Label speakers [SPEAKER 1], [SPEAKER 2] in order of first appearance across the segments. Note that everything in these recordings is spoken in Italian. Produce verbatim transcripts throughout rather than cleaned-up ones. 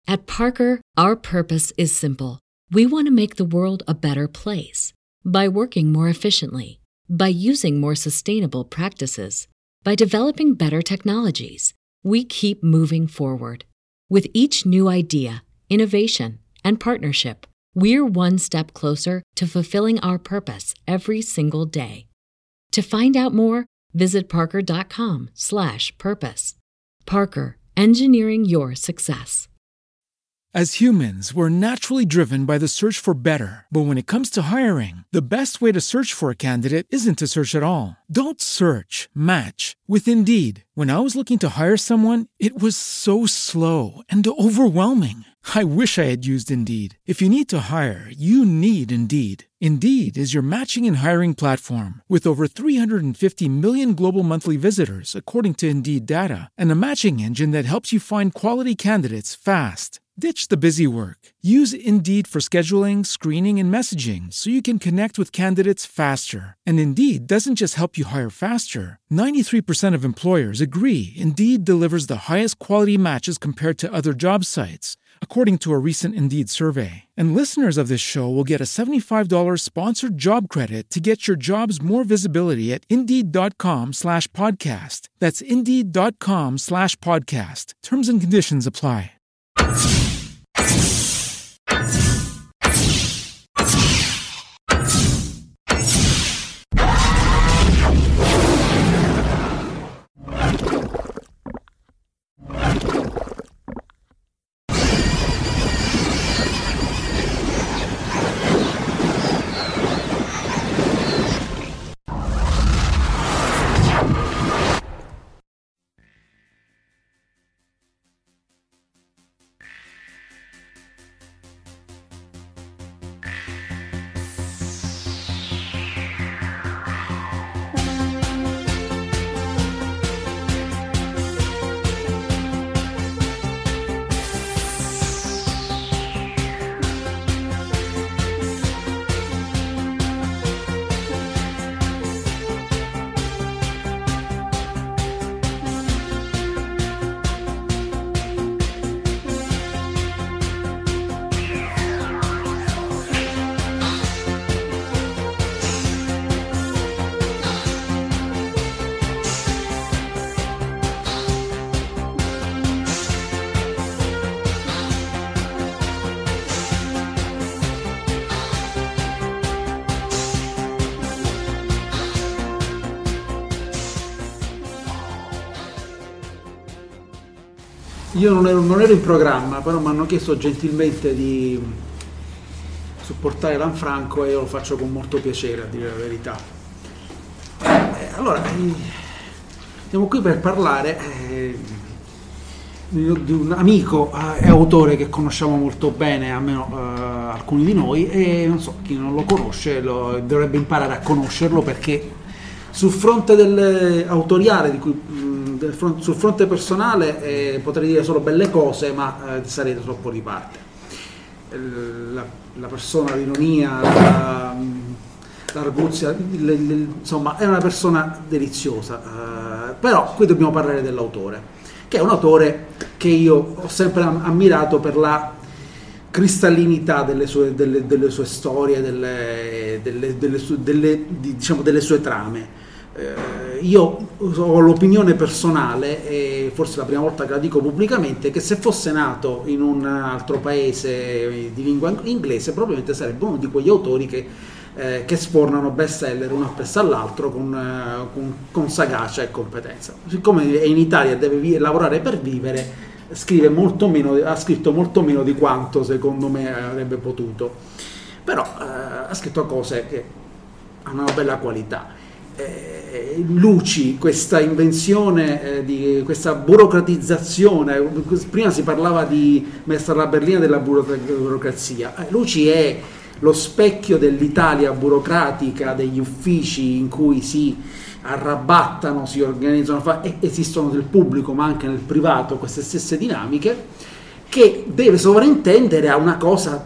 [SPEAKER 1] At Parker, our purpose is simple. We want to make the world a better place by working more efficiently, by using more sustainable practices, by developing better technologies. We keep moving forward. With each new idea, innovation, and partnership, we're one step closer to fulfilling our purpose every single day. To find out more, visit parker.com slash purpose. Parker, engineering your success.
[SPEAKER 2] As humans, we're naturally driven by the search for better. But when it comes to hiring, the best way to search for a candidate isn't to search at all. Don't search, match with Indeed. When I was looking to hire someone, it was so slow and overwhelming. I wish I had used Indeed. If you need to hire, you need Indeed. Indeed is your matching and hiring platform with over three hundred fifty million global monthly visitors, according to Indeed data, and a matching engine that helps you find quality candidates fast. Ditch the busy work. Use Indeed for scheduling, screening, and messaging so you can connect with candidates faster. And Indeed doesn't just help you hire faster. ninety-three percent of employers agree Indeed delivers the highest quality matches compared to other job sites, according to a recent Indeed survey. And listeners of this show will get a seventy-five dollars sponsored job credit to get your jobs more visibility at Indeed.com slash podcast. That's Indeed.com slash podcast. Terms and conditions apply.
[SPEAKER 3] Io non ero, non ero in programma, però mi hanno chiesto gentilmente di supportare Lanfranco e io lo faccio con molto piacere, a dire la verità. Eh, allora, siamo qui per parlare eh, di un amico e eh, autore che conosciamo molto bene, almeno eh, alcuni di noi, e non so, chi non lo conosce lo, dovrebbe imparare a conoscerlo, perché sul fronte del autoriale, di cui sul fronte personale eh, potrei dire solo belle cose, ma eh, sarei troppo di parte. La, la persona, l'ironia, la, l'arguzia, le, le, insomma è una persona deliziosa, eh, però qui dobbiamo parlare dell'autore, che è un autore che io ho sempre ammirato per la cristallinità delle sue, delle, delle sue storie, delle, delle, delle, sue, delle, diciamo, delle sue trame. Eh, io ho l'opinione personale, e forse è la prima volta che la dico pubblicamente, che se fosse nato in un altro paese di lingua inglese probabilmente sarebbe uno di quegli autori che, eh, che sfornano bestseller uno appresso all'altro con, eh, con, con sagacia e competenza. Siccome è in Italia e deve vi- lavorare per vivere, scrive molto meno, ha scritto molto meno di quanto secondo me avrebbe potuto, però eh, ha scritto cose che hanno una bella qualità. Eh, Luci, questa invenzione, eh, di questa burocratizzazione, prima si parlava di messa alla berlina della burocrazia, eh, Luci è lo specchio dell'Italia burocratica, degli uffici in cui si arrabattano, si organizzano, fa, e esistono nel pubblico ma anche nel privato queste stesse dinamiche, che deve sovrintendere a una cosa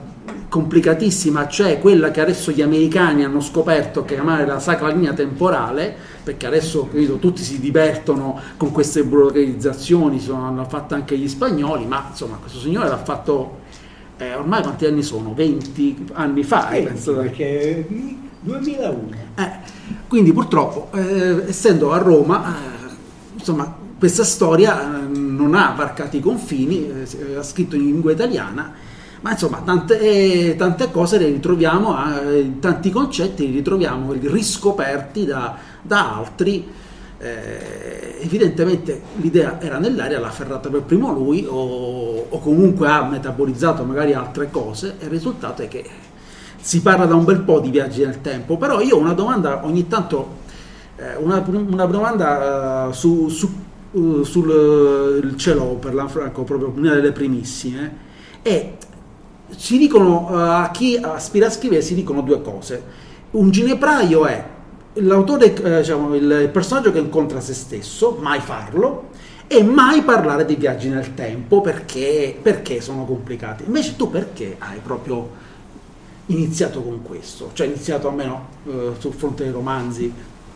[SPEAKER 3] complicatissima, cioè quella che adesso gli americani hanno scoperto chiamare la sacra linea temporale, perché adesso credo tutti si divertono con queste burocratizzazioni, sono, hanno fatto anche gli spagnoli, ma insomma questo signore l'ha fatto eh, ormai quanti anni sono? venti anni fa,
[SPEAKER 4] sì,
[SPEAKER 3] penso.
[SPEAKER 4] Perché duemilauno.
[SPEAKER 3] Eh, quindi purtroppo eh, essendo a Roma eh, insomma questa storia eh, non ha varcato i confini, eh, ha scritto in lingua italiana, ma insomma tante, eh, tante cose le ritroviamo, eh, tanti concetti li ritroviamo riscoperti da, da altri. Eh, evidentemente l'idea era nell'aria, l'ha afferrata per primo lui o, o comunque ha metabolizzato magari altre cose, e il risultato è che si parla da un bel po' di viaggi nel tempo. Però io ho una domanda ogni tanto, eh, una, una domanda uh, su, su, uh, sul uh, ce l'ho per Lanfranco, proprio una delle primissime, e si dicono, uh, a chi aspira a scrivere si dicono due cose. Un ginepraio è l'autore, eh, diciamo, il personaggio che incontra se stesso, mai farlo, e mai parlare di viaggi nel tempo perché, perché sono complicati. Invece tu perché hai proprio iniziato con questo? Cioè iniziato almeno eh, sul fronte dei romanzi?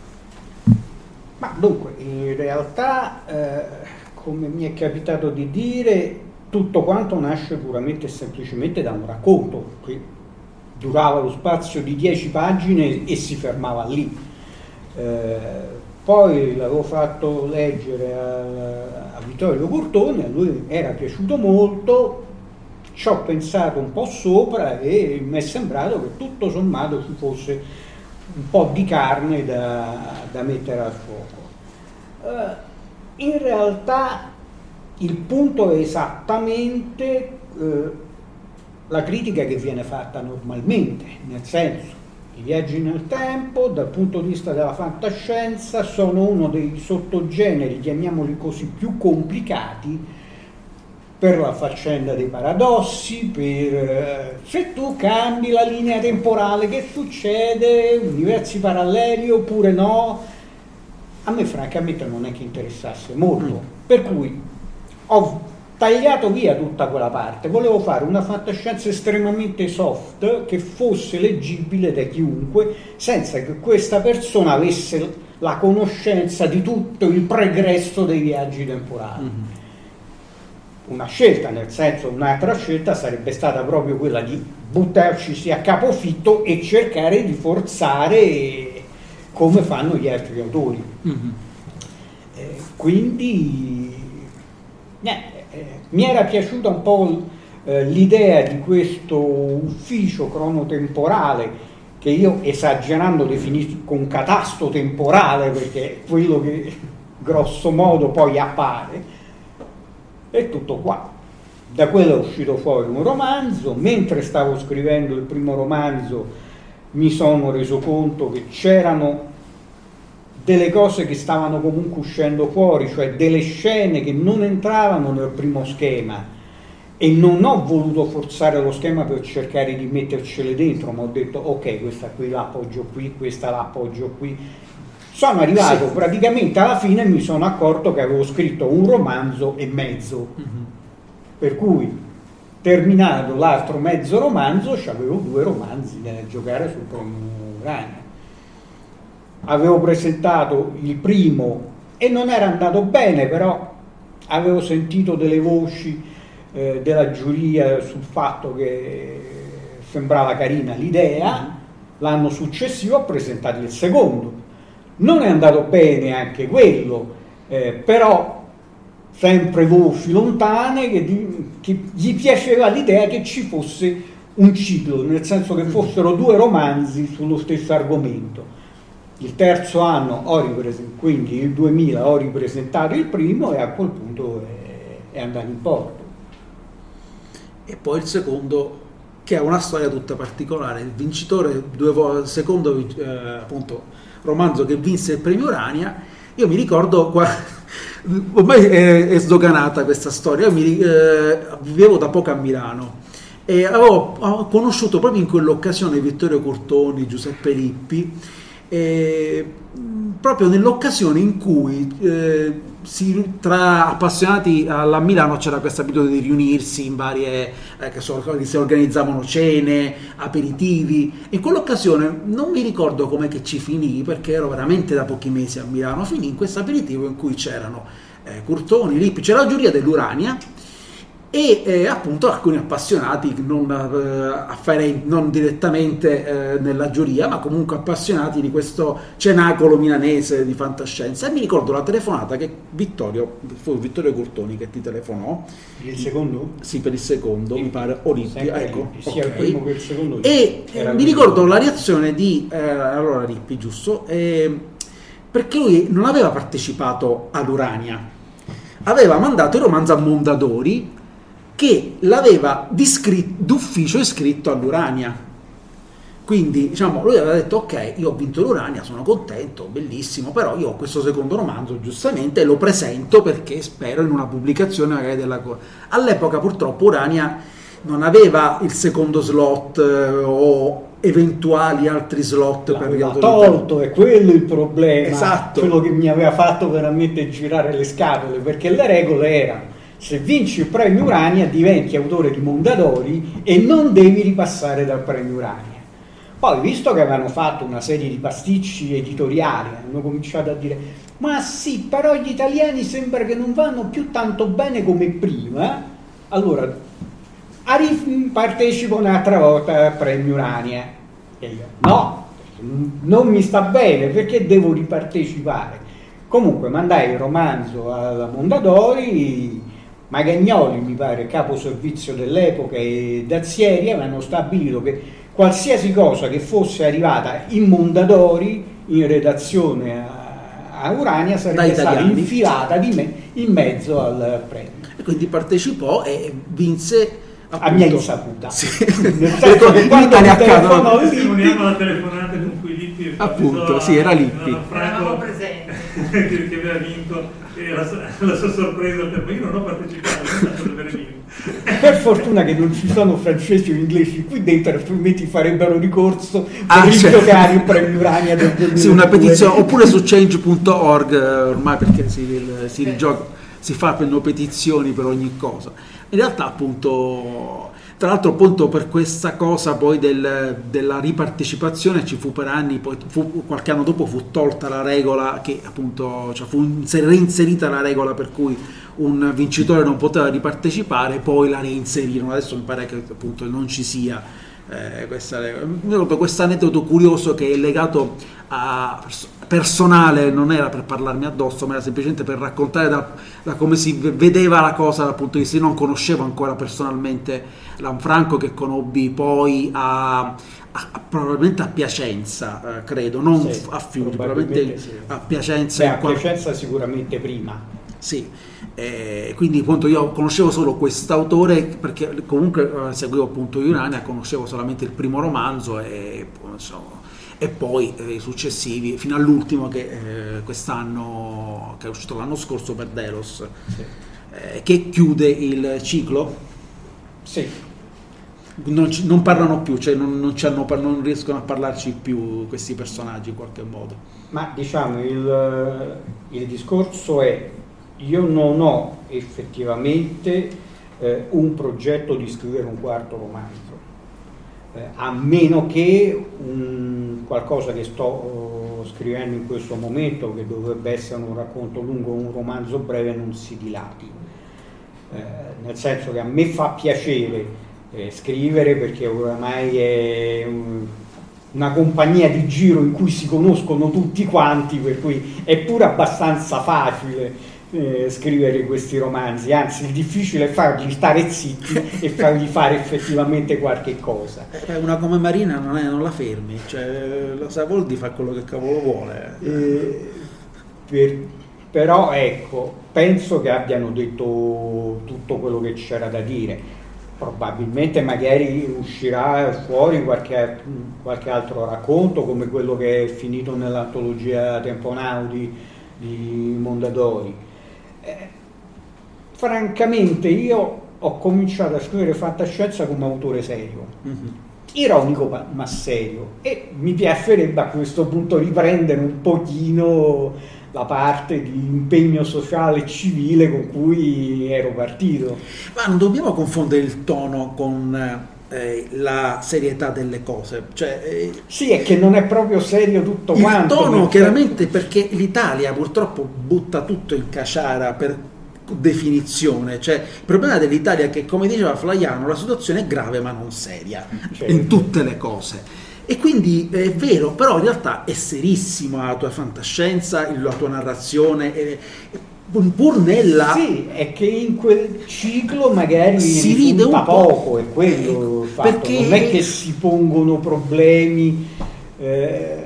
[SPEAKER 4] Ma dunque, in realtà, eh, come mi è capitato di dire, tutto quanto nasce puramente e semplicemente da un racconto che durava lo spazio di dieci pagine e si fermava lì. Eh, poi l'avevo fatto leggere a, a Vittorio Curtone, a lui era piaciuto molto, ci ho pensato un po' sopra e mi è sembrato che tutto sommato ci fosse un po' di carne da, da mettere al fuoco. Eh, in realtà il punto è esattamente eh, la critica che viene fatta normalmente, nel senso, i viaggi nel tempo dal punto di vista della fantascienza sono uno dei sottogeneri, chiamiamoli così, più complicati per la faccenda dei paradossi, per eh, se tu cambi la linea temporale che succede, universi paralleli oppure no. A me francamente non è che interessasse molto, mm. per cui ho tagliato via tutta quella parte, volevo fare una fantascienza estremamente soft che fosse leggibile da chiunque senza che questa persona avesse la conoscenza di tutto il pregresso dei viaggi temporali. Mm-hmm. Una scelta, nel senso, un'altra scelta sarebbe stata proprio quella di buttarci a capofitto e cercare di forzare come fanno gli altri autori. Mm-hmm. Eh, quindi niente. Eh, mi era piaciuta un po' eh, l'idea di questo ufficio cronotemporale che io, esagerando, definisco un catasto temporale, perché è quello che grosso modo poi appare, e tutto qua. Da quello è uscito fuori un romanzo. Mentre stavo scrivendo il primo romanzo mi sono reso conto che c'erano delle cose che stavano comunque uscendo fuori, cioè delle scene che non entravano nel primo schema, e non ho voluto forzare lo schema per cercare di mettercele dentro, ma ho detto ok, questa qui la appoggio qui, questa la appoggio qui. Sono arrivato sì. praticamente alla fine e mi sono accorto che avevo scritto un romanzo e mezzo, mm-hmm. per cui terminato l'altro mezzo romanzo avevo due romanzi da giocare sul primo ragno. Avevo presentato il primo e non era andato bene, però avevo sentito delle voci eh, della giuria sul fatto che sembrava carina l'idea. L'anno successivo ho presentato il secondo. Non è andato bene anche quello, eh, però sempre voci lontane che, di, che gli piaceva l'idea che ci fosse un ciclo, nel senso che fossero due romanzi sullo stesso argomento. Il terzo anno ho ripresentato, quindi il duemila ho ripresentato il primo e a quel punto è, è andato in porto.
[SPEAKER 3] E poi il secondo, che ha una storia tutta particolare, il vincitore, due volte, secondo eh, appunto romanzo che vinse il premio Urania. Io mi ricordo qua, ormai è, è sdoganata questa storia. Io mi, eh, vivevo da poco a Milano e avevo ho conosciuto proprio in quell'occasione Vittorio Curtoni, Giuseppe Lippi, eh, proprio nell'occasione in cui eh, si, tra appassionati a Milano c'era questa abitudine di riunirsi in varie, eh, che so, si organizzavano cene, aperitivi. In quell'occasione non mi ricordo com'è che ci finì, perché ero veramente da pochi mesi a Milano, finì in questo aperitivo in cui c'erano eh, Curtoni, Lippi, c'era la giuria dell'Urania e eh, appunto alcuni appassionati, non, eh, afferenti, non direttamente eh, nella giuria, ma comunque appassionati di questo cenacolo milanese di fantascienza. E mi ricordo la telefonata che Vittorio, fu Vittorio Curtoni che ti telefonò.
[SPEAKER 4] Il secondo?
[SPEAKER 3] Sì, per il secondo,
[SPEAKER 4] Lippi.
[SPEAKER 3] Mi pare, o Lippi, ecco.
[SPEAKER 4] Lippi, sia
[SPEAKER 3] okay.
[SPEAKER 4] il primo che il secondo.
[SPEAKER 3] E eh, mi ricordo la reazione di, eh, allora Lippi, giusto, eh, perché lui non aveva partecipato all'Urania, aveva mandato il romanzo a Mondadori, che l'aveva d'ufficio iscritto all'Urania. Quindi, diciamo, lui aveva detto: ok, io ho vinto l'Urania, sono contento, bellissimo, però io ho questo secondo romanzo, giustamente, e lo presento perché spero in una pubblicazione magari della... All'epoca, purtroppo, Urania non aveva il secondo slot eh, o eventuali altri slot per gli autori.
[SPEAKER 4] Tolto, è quello il problema.
[SPEAKER 3] Esatto.
[SPEAKER 4] Quello che mi aveva fatto veramente girare le scatole, perché le regole erano: se vinci il premio Urania diventi autore di Mondadori e non devi ripassare dal premio Urania. Poi, visto che avevano fatto una serie di pasticci editoriali, hanno cominciato a dire: ma sì, però gli italiani sembra che non vanno più tanto bene come prima, allora partecipo un'altra volta al premio Urania. E io: no, non mi sta bene, perché devo ripartecipare? Comunque mandai il romanzo alla Mondadori. Magagnoli, mi pare, capo servizio dell'epoca, e Dazieri avevano stabilito che qualsiasi cosa che fosse arrivata in Mondadori, in redazione a, a Urania, sarebbe stata infilata di me, in mezzo al premio.
[SPEAKER 3] E quindi partecipò e vinse, appunto,
[SPEAKER 4] a mia insaputa.
[SPEAKER 3] Sì.
[SPEAKER 4] Nel senso che quando mi telefonò
[SPEAKER 5] testimoniamo la telefonata con cui Lippi,
[SPEAKER 3] appunto, sì, era Lippi,
[SPEAKER 5] Franco presente che, che aveva vinto, e la, la sua sorpresa per me: io non ho partecipato, non tanto di avere vinto.
[SPEAKER 4] Per fortuna che non ci sono francesi o inglesi qui dentro, altrimenti farebbero ricorso per
[SPEAKER 3] ah,
[SPEAKER 4] rigiocare il premio Urania del duemiladue.
[SPEAKER 3] Sì, una petizione, oppure su change punto org ormai, perché si, si rigioca, si fanno petizioni per ogni cosa. In realtà, appunto, tra l'altro, appunto, per questa cosa poi del, della ripartecipazione ci fu per anni, poi fu, qualche anno dopo fu tolta la regola che, appunto, cioè fu reinserita la regola per cui un vincitore non poteva ripartecipare, poi la reinserirono. Adesso mi pare che, appunto, non ci sia eh, questa regola. Questo aneddoto curioso che è legato a personale, non era per parlarmi addosso, ma era semplicemente per raccontare da, da come si vedeva la cosa dal punto di vista. Io non conoscevo ancora personalmente Lanfranco, che conobbi poi a, a, a probabilmente a Piacenza, eh, credo, non
[SPEAKER 4] sì,
[SPEAKER 3] a Fiume, probabilmente, probabilmente sì. A Piacenza.
[SPEAKER 4] Beh, a Piacenza sicuramente prima.
[SPEAKER 3] Sì, eh, quindi appunto io conoscevo solo quest'autore, perché comunque eh, seguivo appunto Urania, conoscevo solamente il primo romanzo e, insomma, e poi eh, i successivi, fino all'ultimo che eh, quest'anno, che è uscito l'anno scorso per Delos, sì. eh, che chiude il ciclo.
[SPEAKER 4] Sì.
[SPEAKER 3] Non, ci, non parlano più, cioè non, non, hanno, non riescono a parlarci più questi personaggi in qualche modo.
[SPEAKER 4] Ma diciamo il, il discorso è: io non ho effettivamente eh, un progetto di scrivere un quarto romanzo, eh, a meno che un, qualcosa che sto oh, scrivendo in questo momento, che dovrebbe essere un racconto lungo o un romanzo breve, non si dilati. Eh, nel senso che a me fa piacere eh, scrivere, perché oramai è un, una compagnia di giro in cui si conoscono tutti quanti, per cui è pure abbastanza facile Eh, scrivere questi romanzi. Anzi, il difficile è fargli stare zitti e fargli fare effettivamente qualche cosa.
[SPEAKER 3] Eh, una come Marina non, è, non la fermi, cioè la Savoldi fa quello che cavolo vuole.
[SPEAKER 4] Eh, per, però ecco, penso che abbiano detto tutto quello che c'era da dire. Probabilmente magari uscirà fuori qualche, qualche altro racconto, come quello che è finito nell'antologia Temponaudi di Mondadori. Eh, francamente io ho cominciato a scrivere fantascienza come autore serio, mm-hmm. ironico ma, ma serio, e mi piacerebbe a questo punto riprendere un pochino la parte di impegno sociale e civile con cui ero partito.
[SPEAKER 3] Ma non dobbiamo confondere il tono con eh, la serietà delle cose, cioè, eh,
[SPEAKER 4] sì, è che non è proprio serio tutto
[SPEAKER 3] il
[SPEAKER 4] quanto.
[SPEAKER 3] tono
[SPEAKER 4] perché...
[SPEAKER 3] chiaramente, perché l'Italia purtroppo butta tutto in caciara per definizione, cioè il problema dell'Italia è che, come diceva Flaiano, la situazione è grave ma non seria, certo, in tutte le cose. E quindi è vero, però in realtà è serissima la tua fantascienza, la tua narrazione, è, pur nella...
[SPEAKER 4] Sì, è che in quel ciclo magari
[SPEAKER 3] si ride un po',
[SPEAKER 4] poco, è quello il fatto.
[SPEAKER 3] Perché...
[SPEAKER 4] non è che si pongono problemi eh,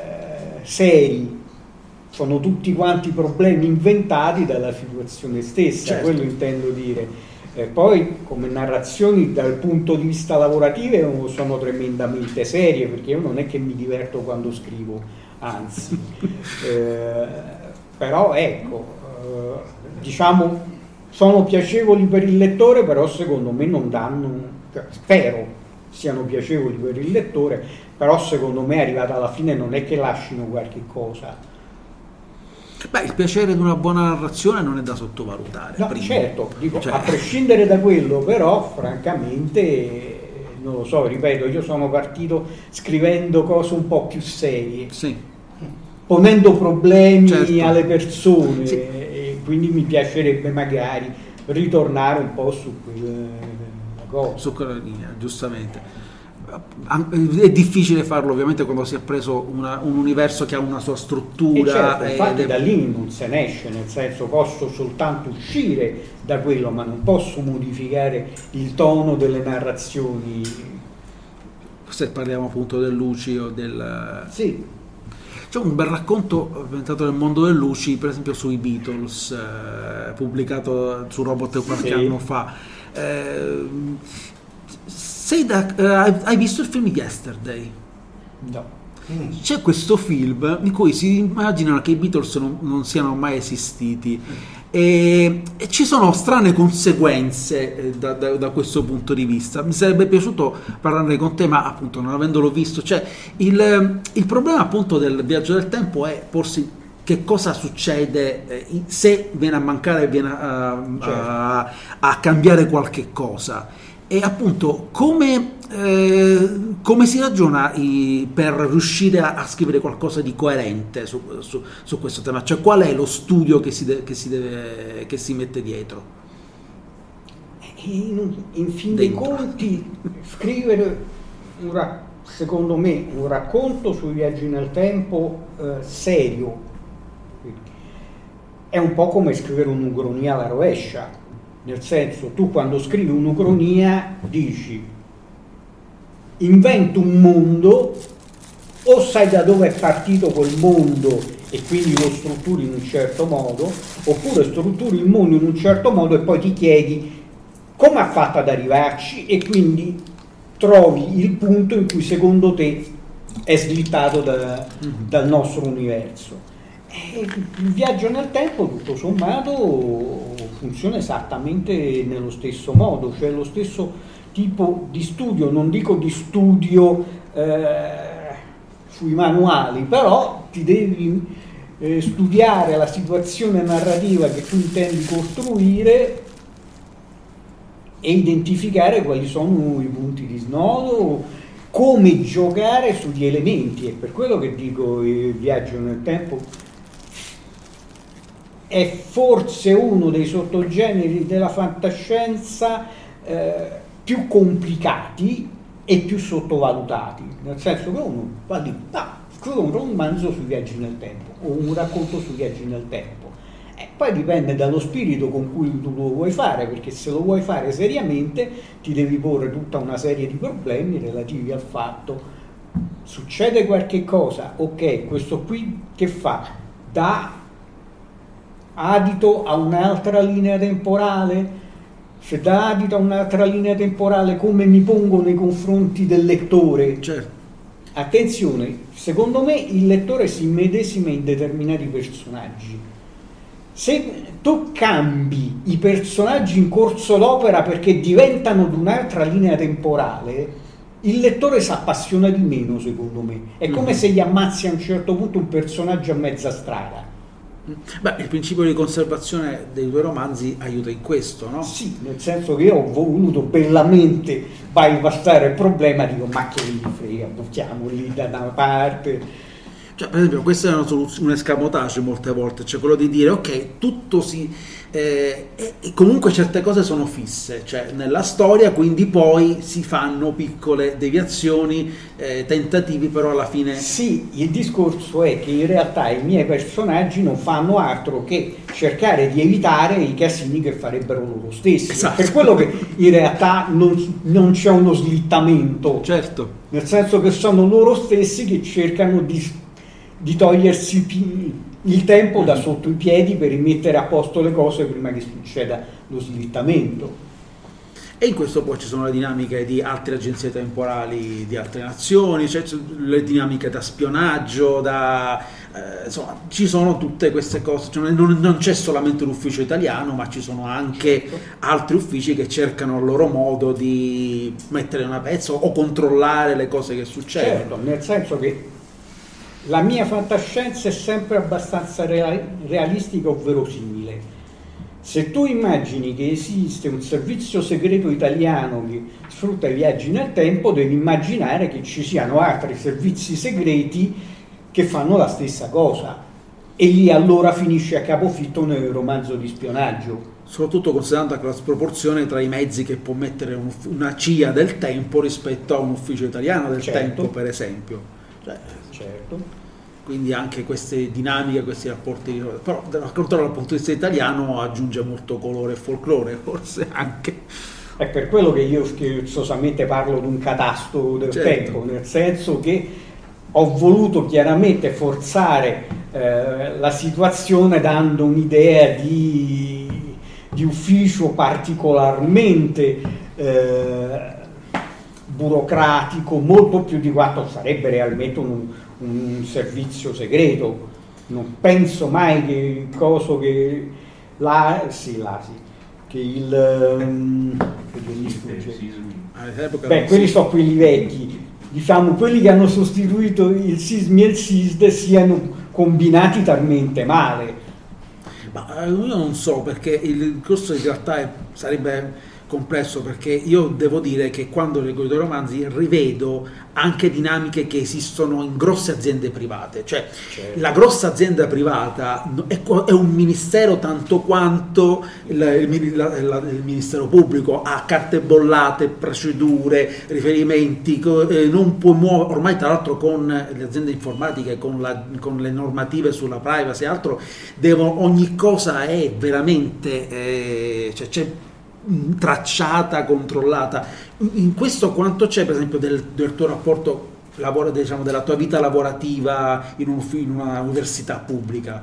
[SPEAKER 4] seri, sono tutti quanti problemi inventati dalla situazione stessa, certo, quello intendo dire. Eh, poi come narrazioni dal punto di vista lavorativo sono tremendamente serie, perché io non è che mi diverto quando scrivo, anzi, eh, però ecco, eh, diciamo sono piacevoli per il lettore, però secondo me non danno, spero siano piacevoli per il lettore, però secondo me arrivata alla fine non è che lasciano qualche cosa.
[SPEAKER 3] Beh, il piacere di una buona narrazione non è da sottovalutare.
[SPEAKER 4] No,
[SPEAKER 3] prima.
[SPEAKER 4] certo, dico,
[SPEAKER 3] cioè...
[SPEAKER 4] a prescindere da quello, però francamente, non lo so, ripeto, io sono partito scrivendo cose un po' più serie,
[SPEAKER 3] sì,
[SPEAKER 4] ponendo problemi, certo, alle persone,
[SPEAKER 3] sì,
[SPEAKER 4] e quindi mi piacerebbe magari ritornare un po' su quella cosa.
[SPEAKER 3] Su quella linea, giustamente. È difficile farlo ovviamente quando si è preso una, un universo che ha una sua struttura,
[SPEAKER 4] e certo, infatti
[SPEAKER 3] ed...
[SPEAKER 4] da lì non se ne esce, nel senso posso soltanto uscire da quello, ma non posso modificare il tono delle narrazioni.
[SPEAKER 3] Se parliamo appunto del Luci o del...
[SPEAKER 4] Sì.
[SPEAKER 3] C'è un bel racconto inventato nel mondo del Luci, per esempio sui Beatles, eh, pubblicato su Robot qualche, sì, anno fa. Eh, Sei da, uh, hai visto il film Yesterday?
[SPEAKER 4] No.
[SPEAKER 3] C'è questo film in cui si immaginano che i Beatles non, non siano mai esistiti, e, e ci sono strane conseguenze eh, da, da, da questo punto di vista. Mi sarebbe piaciuto parlarne con te, ma appunto non avendolo visto, cioè il, il problema appunto del viaggio del tempo è porsi che cosa succede eh, se viene a mancare, viene a, certo, a, a cambiare qualche cosa. E appunto come, eh, come si ragiona i, per riuscire a, a scrivere qualcosa di coerente su, su, su questo tema? Cioè qual è lo studio che si, de, che si, deve, che si mette dietro?
[SPEAKER 4] In, in fin dei conti scrivere un ra- secondo me un racconto sui viaggi nel tempo eh, serio è un po' come scrivere un'ucronia alla rovescia. Nel senso, tu quando scrivi un'ucronia dici invento un mondo, o sai da dove è partito quel mondo e quindi lo strutturi in un certo modo, oppure strutturi il mondo in un certo modo e poi ti chiedi come ha fatto ad arrivarci, e quindi trovi il punto in cui secondo te è slittato da, dal nostro universo. E il viaggio nel tempo tutto sommato funziona esattamente nello stesso modo, cioè lo stesso tipo di studio, non dico di studio eh, sui manuali, però ti devi eh, studiare la situazione narrativa che tu intendi costruire e identificare quali sono i punti di snodo, come giocare sugli elementi. È per quello che dico il viaggio nel tempo è forse uno dei sottogeneri della fantascienza eh, più complicati e più sottovalutati, nel senso che uno va lì, ah, scrive un romanzo sui viaggi nel tempo o un racconto sui viaggi nel tempo, e poi dipende dallo spirito con cui tu lo vuoi fare, perché se lo vuoi fare seriamente ti devi porre tutta una serie di problemi relativi al fatto: succede qualche cosa, ok, questo qui che fa? Da adito a un'altra linea temporale? Se dà adito a un'altra linea temporale, come mi pongo nei confronti del lettore?
[SPEAKER 3] Certo.
[SPEAKER 4] Attenzione, secondo me il lettore si immedesima in determinati personaggi. Se tu cambi i personaggi in corso d'opera perché diventano di un'altra linea temporale, il lettore si appassiona di meno, secondo me. È come mm. se gli ammazzi a un certo punto un personaggio a mezza strada.
[SPEAKER 3] Beh, il principio di conservazione dei tuoi romanzi aiuta in questo, no?
[SPEAKER 4] Sì, nel senso che io ho voluto bellamente bypassare il problema, dico ma che gli frega, buttiamoli da una parte.
[SPEAKER 3] Cioè, per esempio, questa è una soluzione, un escamotage molte volte, cioè quello di dire ok, tutto si eh, e, e comunque certe cose sono fisse, cioè nella storia, quindi poi si fanno piccole deviazioni, eh, tentativi, però alla fine
[SPEAKER 4] sì, il discorso è che in realtà i miei personaggi non fanno altro che cercare di evitare i casini che farebbero loro stessi.
[SPEAKER 3] Esatto.
[SPEAKER 4] Per quello che in realtà non, non c'è uno slittamento,
[SPEAKER 3] certo,
[SPEAKER 4] nel senso che sono loro stessi che cercano di di togliersi il tempo da sotto i piedi per rimettere a posto le cose prima che succeda lo slittamento.
[SPEAKER 3] E in questo poi ci sono le dinamiche di altre agenzie temporali di altre nazioni, cioè le dinamiche da spionaggio, da, eh, insomma ci sono tutte queste cose, cioè non, non c'è solamente l'ufficio italiano, ma ci sono anche certo. altri uffici che cercano il loro modo di mettere una pezza o controllare le cose che succedono.
[SPEAKER 4] Certo, nel senso che la mia fantascienza è sempre abbastanza realistica o verosimile. Se tu immagini che esiste un servizio segreto italiano che sfrutta i viaggi nel tempo, devi immaginare che ci siano altri servizi segreti che fanno la stessa cosa. E lì allora finisce a capofitto nel romanzo di spionaggio.
[SPEAKER 3] Soprattutto considerando anche la sproporzione tra i mezzi che può mettere un, una C I A del tempo rispetto a un ufficio italiano del
[SPEAKER 4] certo.
[SPEAKER 3] tempo, per esempio. Cioè,
[SPEAKER 4] certo.
[SPEAKER 3] Quindi anche queste dinamiche, questi rapporti, però dal punto di vista italiano aggiunge molto colore e folklore, forse anche.
[SPEAKER 4] È per quello che io scherzosamente parlo di un catasto del
[SPEAKER 3] certo.
[SPEAKER 4] tempo, nel senso che ho voluto chiaramente forzare eh, la situazione dando un'idea di, di ufficio particolarmente eh, burocratico, molto più di quanto sarebbe realmente un, un servizio segreto. Non penso mai che il coso che la sì, la sì, che il um, che mi sfugge. Beh, quelli sono quelli vecchi, diciamo quelli che hanno sostituito il SISMI e il SISD siano combinati talmente male.
[SPEAKER 3] Ma io non so, perché il corso in realtà è, sarebbe complesso, perché io devo dire che quando leggo i tuoi romanzi rivedo anche dinamiche che esistono in grosse aziende private, cioè certo. la grossa azienda privata è, è un ministero tanto quanto il, il, la, la, il ministero pubblico, ha carte bollate, procedure, riferimenti, eh, non può muovere, ormai tra l'altro con le aziende informatiche, con, la, con le normative sulla privacy e altro, devono, ogni cosa è veramente eh, cioè, c'è tracciata, controllata. In questo quanto c'è, per esempio, del, del tuo rapporto lavoro, diciamo, della tua vita lavorativa in, un, in una università pubblica?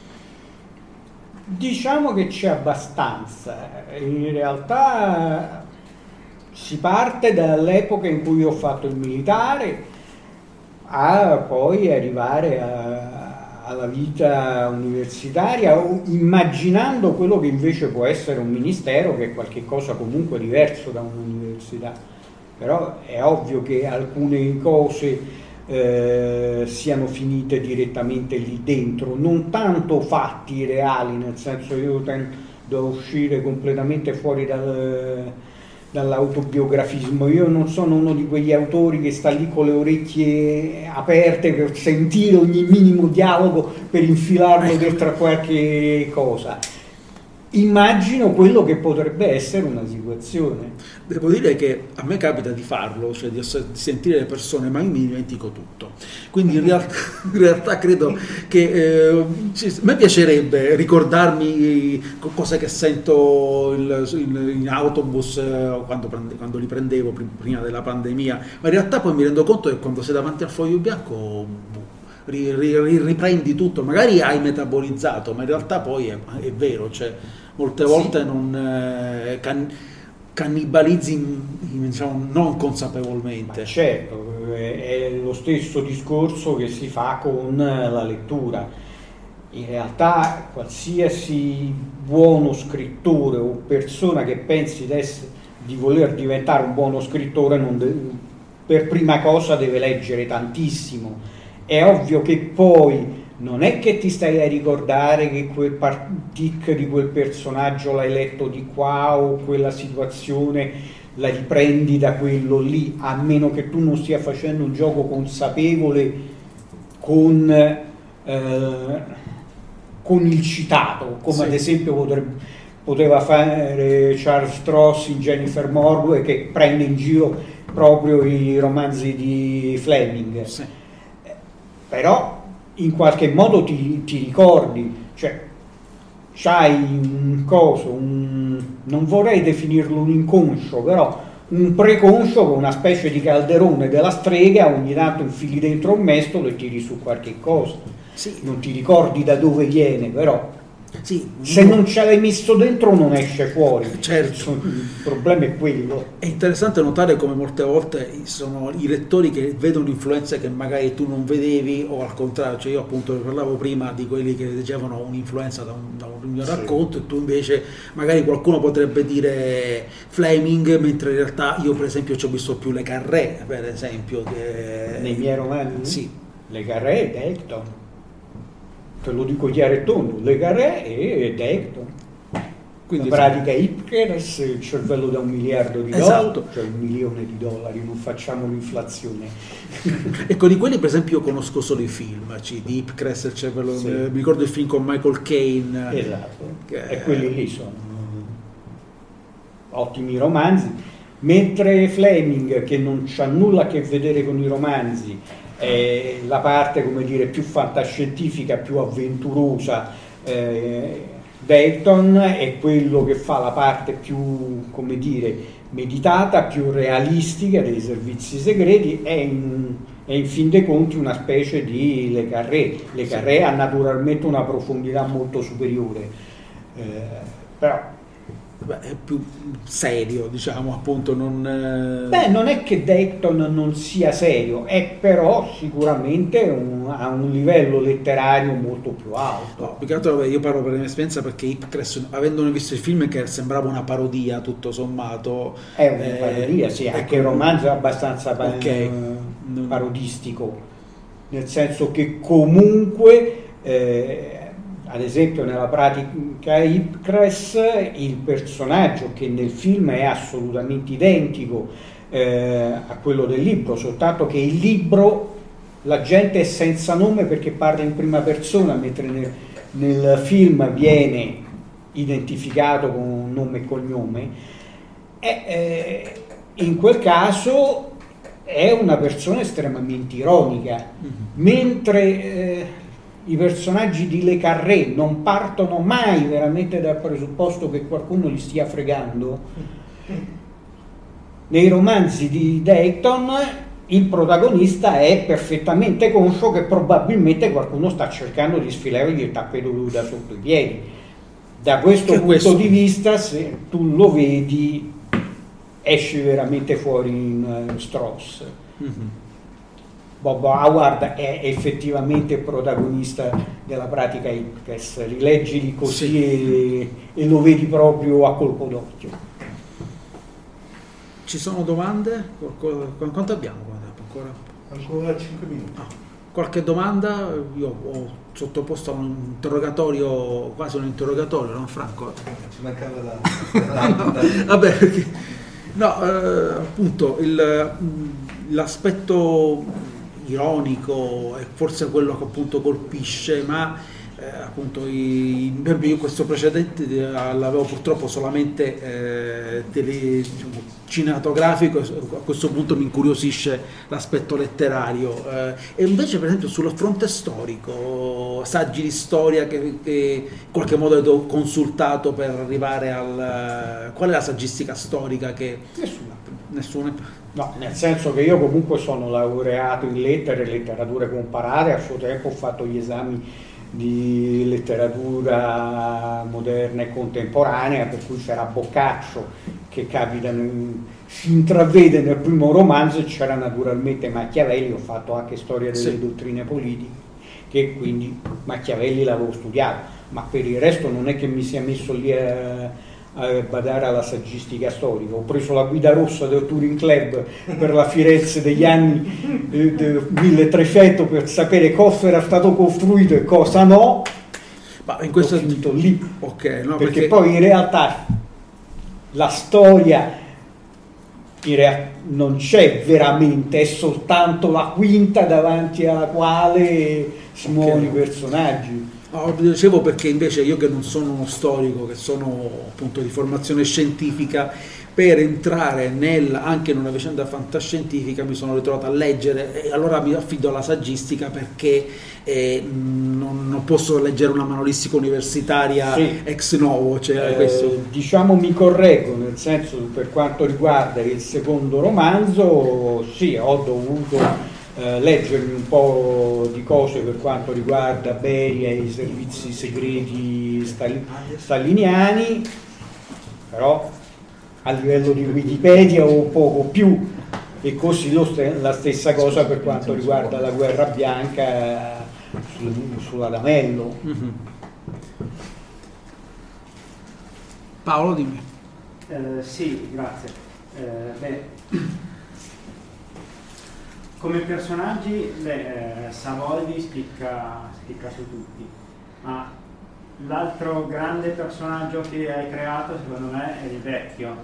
[SPEAKER 4] Diciamo che c'è abbastanza. In realtà si parte dall'epoca in cui ho fatto il militare a poi arrivare a alla vita universitaria, immaginando quello che invece può essere un ministero, che è qualche cosa comunque diverso da un'università. Però è ovvio che alcune cose eh, siano finite direttamente lì dentro, non tanto fatti reali, nel senso io tendo a uscire completamente fuori dal dall'autobiografismo. Io non sono uno di quegli autori che sta lì con le orecchie aperte per sentire ogni minimo dialogo per infilarlo dentro a qualche cosa. Immagino quello che potrebbe essere una situazione.
[SPEAKER 3] Devo dire che a me capita di farlo, cioè di sentire le persone, ma io mi dimentico tutto. Quindi in realtà, in realtà credo che eh, a me piacerebbe ricordarmi cose che sento il, il, in autobus eh, quando, prende, quando li prendevo prima della pandemia, ma in realtà poi mi rendo conto che quando sei davanti al foglio bianco ri, ri, riprendi tutto, magari hai metabolizzato, ma in realtà poi è, è vero, cioè molte volte sì. non eh, can, cannibalizzi in, in, diciamo, non consapevolmente.
[SPEAKER 4] Ma certo, è lo stesso discorso che si fa con la lettura. In realtà qualsiasi buono scrittore o persona che pensi di, essere, di voler diventare un buono scrittore non de- per prima cosa deve leggere tantissimo. È ovvio che poi non è che ti stai a ricordare che quel partic di quel personaggio l'hai letto di qua o quella situazione la riprendi da quello lì, a meno che tu non stia facendo un gioco consapevole con, eh, con il citato, come sì. ad esempio potrebbe, poteva fare Charles Stross in Jennifer Morgue, che prende in giro proprio i romanzi di Fleming. Sì. Però in qualche modo ti, ti ricordi, cioè c'hai un coso, un, non vorrei definirlo un inconscio, però un preconscio con una specie di calderone della strega, ogni tanto infili dentro un mestolo e tiri su qualche cosa. Sì. Non ti ricordi da dove viene, però sì, se non ce l'hai messo dentro non esce fuori.
[SPEAKER 3] Certo.
[SPEAKER 4] Il problema è quello.
[SPEAKER 3] È interessante notare come molte volte sono i lettori che vedono influenze che magari tu non vedevi, o al contrario, cioè io appunto parlavo prima di quelli che leggevano un'influenza da un, da un mio sì. racconto, e tu invece magari qualcuno potrebbe dire Fleming, mentre in realtà io per esempio ci ho visto più Le Carré, per esempio che...
[SPEAKER 4] nei miei romanzi?
[SPEAKER 3] Sì.
[SPEAKER 4] Le Carré e Dalton, te lo dico chiaro e tondo, Le Carré e Dalton. Quindi in pratica Ipcres, il cervello da un miliardo di
[SPEAKER 3] esatto.
[SPEAKER 4] dollari, cioè un milione di dollari, non facciamo l'inflazione.
[SPEAKER 3] Ecco, di quelli per esempio io conosco solo i film, cioè, di Ipcres, il cervello, sì. mi ricordo il film con Michael Caine.
[SPEAKER 4] Esatto, che... e quelli lì sono ottimi romanzi, mentre Fleming, che non c'ha nulla a che vedere con i romanzi, è la parte, come dire, più fantascientifica, più avventurosa, eh, Dalton è quello che fa la parte più, come dire, meditata, più realistica dei servizi segreti, è in, è in fin dei conti una specie di Le Carré. Le Carré sì. ha naturalmente una profondità molto superiore, eh, però
[SPEAKER 3] beh, è più serio, diciamo, appunto non...
[SPEAKER 4] Beh, non è che Dalton non sia serio, è però sicuramente un, a un livello letterario molto più alto.
[SPEAKER 3] No, più che altro, vabbè, io parlo per la mia esperienza, perché Ipcres, avendone visto il film, che sembrava una parodia, tutto sommato...
[SPEAKER 4] È una eh, parodia, sì, anche il romanzo è abbastanza
[SPEAKER 3] okay.
[SPEAKER 4] parodistico, nel senso che comunque... Eh, ad esempio nella pratica Ipcres il personaggio, che nel film è assolutamente identico eh, a quello del libro, soltanto che il libro la gente è senza nome perché parla in prima persona, mentre nel, nel film viene identificato con nome e cognome, e eh, in quel caso è una persona estremamente ironica, mm-hmm. mentre eh, i personaggi di Le Carré non partono mai veramente dal presupposto che qualcuno li stia fregando. Nei romanzi di Dalton il protagonista è perfettamente conscio che probabilmente qualcuno sta cercando di sfilargli il tappeto da sotto i piedi. Da questo che punto questo... di vista, se tu lo vedi, esce veramente fuori in uh, Stross. Mm-hmm. Bob Howard è effettivamente il protagonista della pratica Ipcres, rileggili così sì. e, e lo vedi proprio a colpo d'occhio.
[SPEAKER 3] Ci sono domande? Quanto abbiamo?
[SPEAKER 6] Ancora? Ancora cinque minuti.
[SPEAKER 3] Ah, qualche domanda? Io ho sottoposto a un interrogatorio, quasi un interrogatorio, no Franco?
[SPEAKER 6] Ci mancava la...
[SPEAKER 3] Vabbè, perché... No, eh, appunto, il, l'aspetto ironico è forse quello che appunto colpisce, ma eh, appunto i, io questo precedente l'avevo purtroppo solamente eh, tele, diciamo, cinematografico, a questo punto mi incuriosisce l'aspetto letterario, eh, e invece per esempio sul fronte storico, saggi di storia che, che in qualche modo ho consultato per arrivare al... qual è la saggistica storica che...
[SPEAKER 4] Nessuna.
[SPEAKER 3] Nessuna.
[SPEAKER 4] No, nel senso che io comunque sono laureato in lettere e letterature comparate, a suo tempo ho fatto gli esami di letteratura moderna e contemporanea, per cui c'era Boccaccio che capita, si intravede nel primo romanzo, e c'era naturalmente Machiavelli. Ho fatto anche storia delle sì. dottrine politiche, che quindi Machiavelli l'avevo studiato, ma per il resto non è che mi sia messo lì a, a badare alla saggistica storica. Ho preso la guida rossa del Touring Club per la Firenze degli anni eh, del milletrecento per sapere cosa era stato costruito e cosa no.
[SPEAKER 3] Ma in questo
[SPEAKER 4] ho finito lì,
[SPEAKER 3] okay, no,
[SPEAKER 4] perché,
[SPEAKER 3] perché
[SPEAKER 4] poi in realtà la storia in rea- non c'è veramente, è soltanto la quinta davanti alla quale si okay. muovono i personaggi.
[SPEAKER 3] No, dicevo perché invece io che non sono uno storico, che sono appunto di formazione scientifica, per entrare nel, anche in una vicenda fantascientifica mi sono ritrovato a leggere e allora mi affido alla saggistica perché eh, non, non posso leggere una manualistica universitaria sì. ex novo. Cioè,
[SPEAKER 4] eh,
[SPEAKER 3] questo.
[SPEAKER 4] Diciamo mi correggo, nel senso per quanto riguarda il secondo romanzo, sì, ho dovuto eh, leggermi un po' di cose per quanto riguarda Beria e i servizi segreti stal- staliniani, però a livello di Wikipedia o poco più, e così lo st- la stessa cosa per quanto riguarda la guerra bianca sul, sull'Adamello.
[SPEAKER 3] Mm-hmm. Paolo, dimmi.
[SPEAKER 7] Eh, sì, grazie. Eh, beh, come personaggi, beh, eh, Savoldi spicca, spicca su tutti, ma l'altro grande personaggio che hai creato secondo me è il vecchio,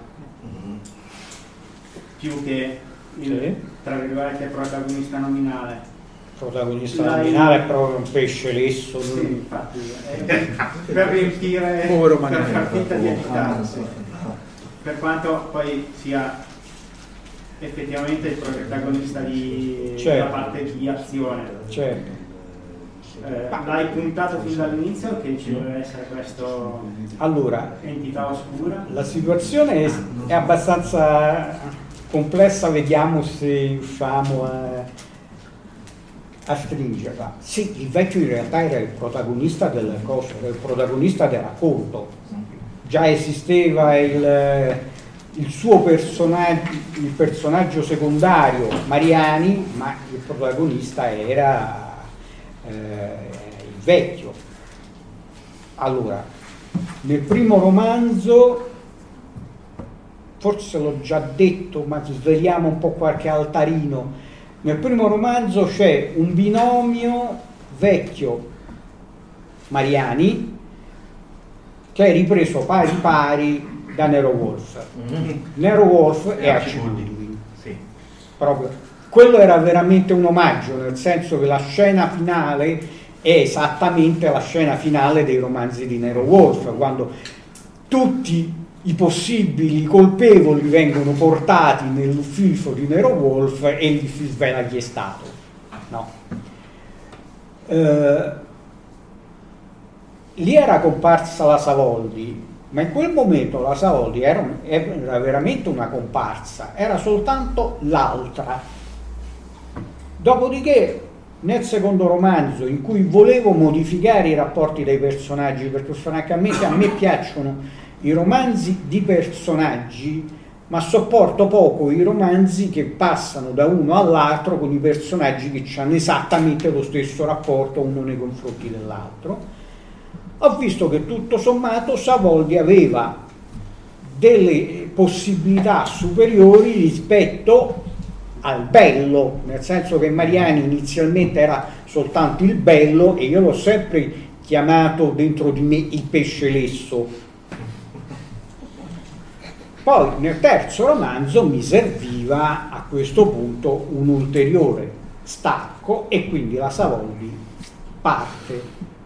[SPEAKER 7] più che il sì. tra virgolette protagonista nominale.
[SPEAKER 4] Protagonista L'hai... nominale è proprio un pesce lesso.
[SPEAKER 7] Sì, infatti, eh, per riempire,
[SPEAKER 3] Povero
[SPEAKER 7] per far finta di agitarsi. Per quanto poi sia effettivamente il protagonista di
[SPEAKER 4] certo.
[SPEAKER 7] della parte di azione.
[SPEAKER 4] Certo.
[SPEAKER 7] Eh, l'hai puntato fin dall'inizio che ci deve essere questa
[SPEAKER 4] allora,
[SPEAKER 7] entità oscura?
[SPEAKER 4] La situazione è, è abbastanza complessa, vediamo se riusciamo a, a stringerla. Sì, il vecchio in realtà era il protagonista delle cose, era il protagonista del racconto. Già esisteva il, il suo personaggio, il personaggio secondario Mariani, ma il protagonista era Eh, il vecchio. Allora, nel primo romanzo, forse l'ho già detto, ma sveliamo un po' qualche altarino. Nel primo romanzo c'è un binomio vecchio Mariani che è ripreso pari pari da Nero Wolfe. Mm-hmm. Nero Wolfe è Arcibuldi. Sì. Proprio. Quello era veramente un omaggio, nel senso che la scena finale è esattamente la scena finale dei romanzi di Nero Wolfe, quando tutti i possibili colpevoli vengono portati nell'ufficio di Nero Wolfe e gli si svela chi è stato. No. Eh, lì era comparsa la Savoldi, ma in quel momento la Savoldi era, era veramente una comparsa, era soltanto l'altra. Dopodiché, nel secondo romanzo, in cui volevo modificare i rapporti dei personaggi, perché francamente a me piacciono i romanzi di personaggi, ma sopporto poco i romanzi che passano da uno all'altro con i personaggi che hanno esattamente lo stesso rapporto uno nei confronti dell'altro. Ho visto che tutto sommato Savoldi aveva delle possibilità superiori rispetto al bello, nel senso che Mariani inizialmente era soltanto il bello e io l'ho sempre chiamato dentro di me il pesce lesso. Poi nel terzo romanzo mi serviva a questo punto un ulteriore stacco e quindi la Savoldi parte.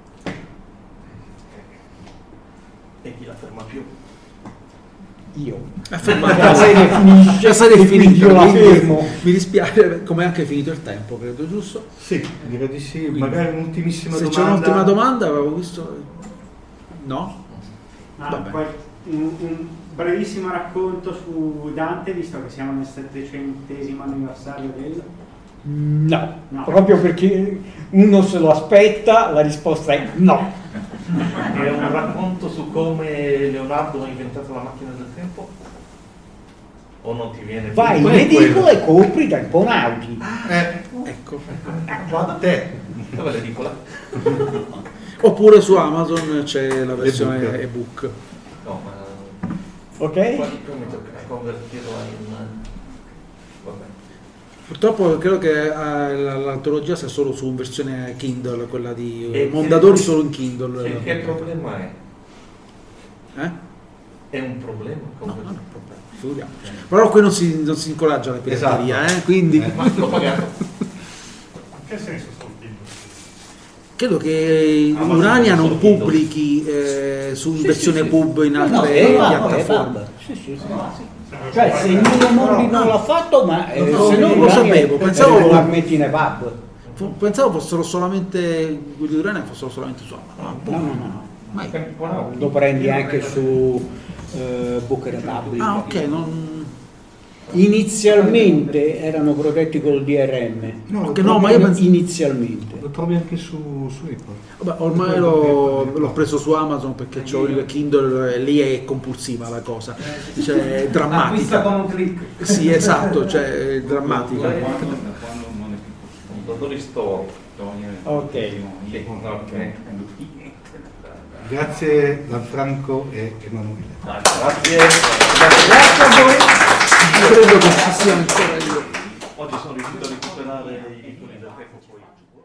[SPEAKER 6] E chi la ferma più?
[SPEAKER 4] Io.
[SPEAKER 3] La fermata.
[SPEAKER 4] La serie finisce,
[SPEAKER 3] la serie
[SPEAKER 4] e quindi io la fermo.
[SPEAKER 3] Mi dispiace, come è anche finito il tempo, credo, giusto?
[SPEAKER 6] Sì, direi di sì.
[SPEAKER 3] Quindi,
[SPEAKER 6] magari un'ultimissima
[SPEAKER 3] se
[SPEAKER 6] domanda.
[SPEAKER 3] Se c'è un'ultima domanda, avevo visto... No?
[SPEAKER 7] Ah, poi un, un brevissimo racconto su Dante, visto che siamo nel settecentesimo anniversario del...
[SPEAKER 4] No, no, proprio perché uno se lo aspetta, la risposta è no.
[SPEAKER 6] È un racconto su come Leonardo ha inventato la macchina del tempo? O non ti viene?
[SPEAKER 4] Vai in edicola e compri Temponauti.
[SPEAKER 6] Eh,
[SPEAKER 3] ecco.
[SPEAKER 6] Guarda te. Dove è l'edicola?
[SPEAKER 3] Oppure su Amazon c'è la versione ebook.
[SPEAKER 6] No, ma
[SPEAKER 4] Ok?
[SPEAKER 6] Quasi più mi tocca convertirla in... Vabbè.
[SPEAKER 3] Purtroppo credo che eh, l'antologia sia solo su versione Kindle, quella di
[SPEAKER 6] E
[SPEAKER 3] Mondadori
[SPEAKER 6] che-
[SPEAKER 3] solo in Kindle.
[SPEAKER 6] E che problema è?
[SPEAKER 3] Eh?
[SPEAKER 6] È un problema?
[SPEAKER 3] No, non è un problema, figuriamoci. Però qui non si, non si incoraggia la pirateria,
[SPEAKER 8] Esatto.
[SPEAKER 3] eh? Quindi
[SPEAKER 8] Eh.
[SPEAKER 6] Ma l'ho pagato.
[SPEAKER 5] In che senso sono Kindle?
[SPEAKER 3] credo che
[SPEAKER 6] Ah, ma
[SPEAKER 3] Urania
[SPEAKER 6] sono
[SPEAKER 3] non
[SPEAKER 6] solo
[SPEAKER 3] pubblichi eh, su
[SPEAKER 4] Sì,
[SPEAKER 3] versione
[SPEAKER 4] sì, sì.
[SPEAKER 3] pub in
[SPEAKER 4] No,
[SPEAKER 3] altre
[SPEAKER 4] è pub,
[SPEAKER 3] piattaforme.
[SPEAKER 4] è pub. Sì, sì, sì. Cioè, se Nino Mondi non l'ha fatto, ma eh,
[SPEAKER 3] No,
[SPEAKER 4] se
[SPEAKER 3] non
[SPEAKER 4] no
[SPEAKER 3] lo sapevo, pensavo-
[SPEAKER 4] regolarmente in pub.
[SPEAKER 3] Fu- Pensavo fossero solamente quelli di Urania fossero solamente su Amazon.
[SPEAKER 4] No, no, no, no.
[SPEAKER 3] Mai.
[SPEAKER 4] Lo prendi anche su eh, Book Republic.
[SPEAKER 3] Ah, ok, non...
[SPEAKER 4] Inizialmente erano protetti col D R M.
[SPEAKER 8] No,
[SPEAKER 3] Ok, no, ma io penso...
[SPEAKER 4] Inizialmente.
[SPEAKER 8] Lo trovi anche su, su Apple.
[SPEAKER 3] Vabbè, ormai l'ho, l'ho preso su Amazon perché c'ho il Kindle e lì è compulsiva la cosa, cioè è drammatica.
[SPEAKER 7] con un click.
[SPEAKER 3] Sì, esatto, cioè è drammatica.
[SPEAKER 6] Mondadori Store.
[SPEAKER 4] Ok.
[SPEAKER 6] Ok.
[SPEAKER 8] Grazie Gianfranco e Emanuele.
[SPEAKER 6] Ah, grazie.
[SPEAKER 4] Grazie a voi.
[SPEAKER 3] Credo che ci sia ancora io.
[SPEAKER 6] Oggi sono riuscito a recuperare i titoli del tempo poi.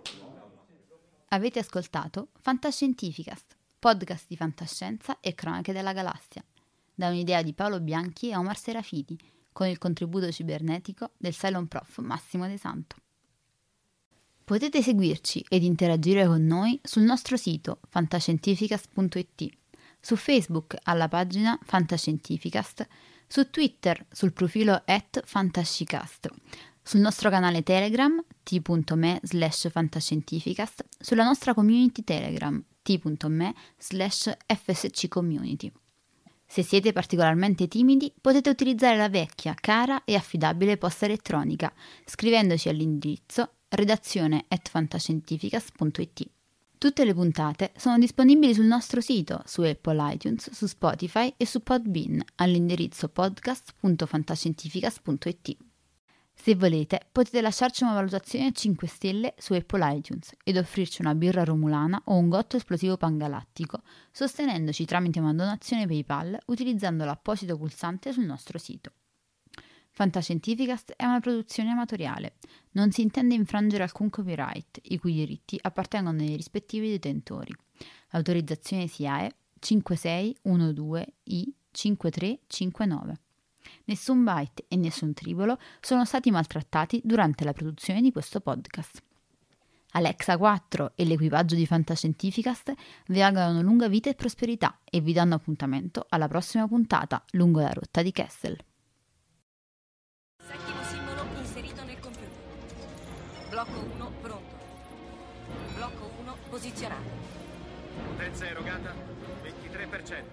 [SPEAKER 9] Avete ascoltato Fantascientificast, podcast di fantascienza e cronache della galassia, da un'idea di Paolo Bianchi e Omar Serafiti, con il contributo cibernetico del Cylon Prof Massimo De Santo. Potete seguirci ed interagire con noi sul nostro sito fantascientificast punto it, su Facebook alla pagina Fantascientificast, su Twitter sul profilo at fantascicast, sul nostro canale Telegram t.me slash fantascientificast, sulla nostra community Telegram t.me slash fsccommunity. Se siete particolarmente timidi, potete utilizzare la vecchia, cara e affidabile posta elettronica, scrivendoci all'indirizzo redazione at fantascientificast punto it. Tutte le puntate sono disponibili sul nostro sito, su Apple iTunes, su Spotify e su Podbean all'indirizzo podcast punto fantascientificast punto it. Se volete, potete lasciarci una valutazione a cinque stelle su Apple iTunes ed offrirci una birra romulana o un gotto esplosivo pangalattico, sostenendoci tramite una donazione PayPal utilizzando l'apposito pulsante sul nostro sito. Fantascientificast è una produzione amatoriale. Non si intende infrangere alcun copyright, i cui diritti appartengono ai rispettivi detentori. L'autorizzazione S I A E cinque sei uno due I cinque tre cinque nove. Nessun byte e nessun tribolo sono stati maltrattati durante la produzione di questo podcast. Alexa quattro e l'equipaggio di Fantascientificast vi augurano lunga vita e prosperità e vi danno appuntamento alla prossima puntata lungo la rotta di Kessel.
[SPEAKER 10] Settimo simbolo inserito nel computer. Blocco uno pronto. Blocco uno posizionato.
[SPEAKER 11] Potenza erogata ventitré per cento.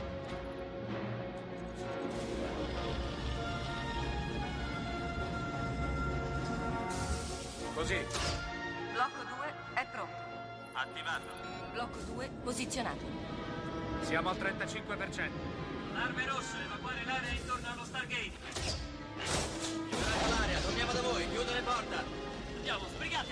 [SPEAKER 11] Così.
[SPEAKER 10] Blocco due è pronto.
[SPEAKER 11] Attivato.
[SPEAKER 10] Blocco due posizionato.
[SPEAKER 11] Siamo al trentacinque per cento.
[SPEAKER 5] Arme rosse, evacuare l'area intorno allo Stargate.
[SPEAKER 11] Liberate l'area, torniamo da voi, chiudo le porte.
[SPEAKER 5] Andiamo, sbrigate.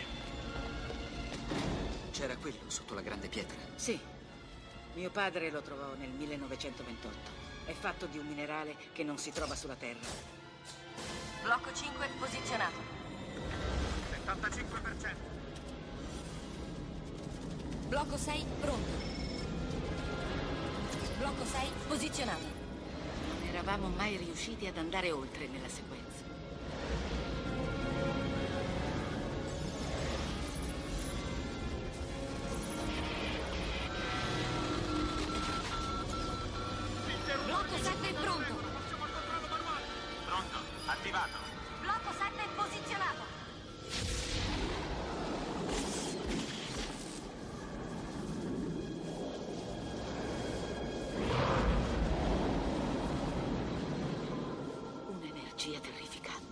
[SPEAKER 12] C'era quello sotto la grande pietra.
[SPEAKER 13] Sì. Mio padre lo trovò nel millenovecentoventotto. È fatto di un minerale che non si trova sulla Terra.
[SPEAKER 10] Blocco cinque posizionato.
[SPEAKER 11] settantacinque per cento.
[SPEAKER 10] Blocco sei pronto. Blocco sei posizionato.
[SPEAKER 13] Non eravamo mai riusciti ad andare oltre nella sequenza.
[SPEAKER 10] Blocco sette pronto.
[SPEAKER 11] Pronto, attivato.
[SPEAKER 10] Blocco sette posizionato.
[SPEAKER 13] Un'energia terrificante.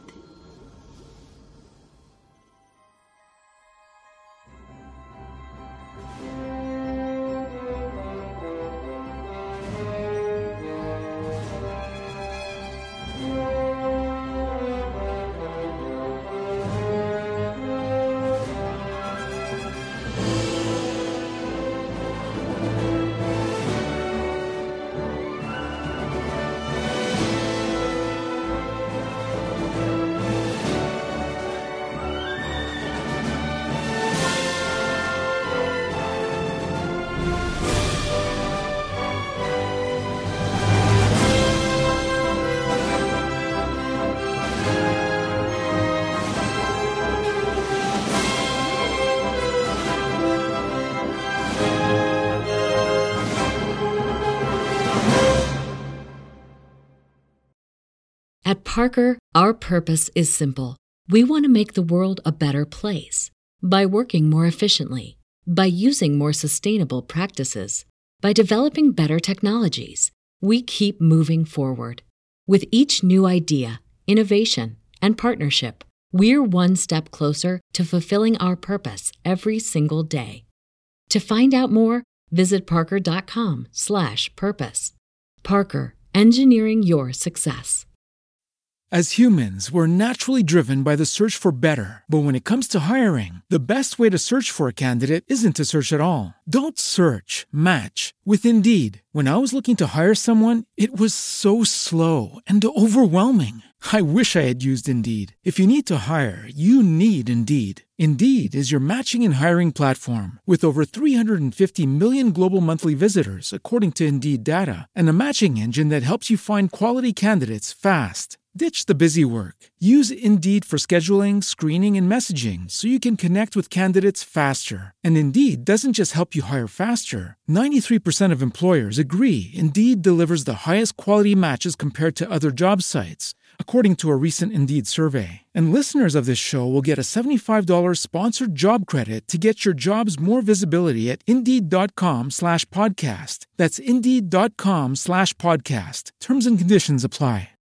[SPEAKER 1] Parker, our purpose is simple. We want to make the world a better place by working more efficiently, by using more sustainable practices, by developing better technologies. We keep moving forward. With each new idea, innovation, and partnership, we're one step closer to fulfilling our purpose every single day. To find out more, visit parker.com slash purpose. Parker, engineering your success.
[SPEAKER 2] As humans, we're naturally driven by the search for better. But when it comes to hiring, the best way to search for a candidate isn't to search at all. Don't search, match with Indeed. When I was looking to hire someone, it was so slow and overwhelming. I wish I had used Indeed. If you need to hire, you need Indeed. Indeed is your matching and hiring platform with over three hundred fifty million global monthly visitors, according to Indeed data, and a matching engine that helps you find quality candidates fast. Ditch the busy work. Use Indeed for scheduling, screening, and messaging so you can connect with candidates faster. And Indeed doesn't just help you hire faster. ninety-three percent of employers agree Indeed delivers the highest quality matches compared to other job sites, according to a recent Indeed survey. And listeners of this show will get a seventy-five dollars sponsored job credit to get your jobs more visibility at Indeed.com slash podcast. That's Indeed.com slash podcast. Terms and conditions apply.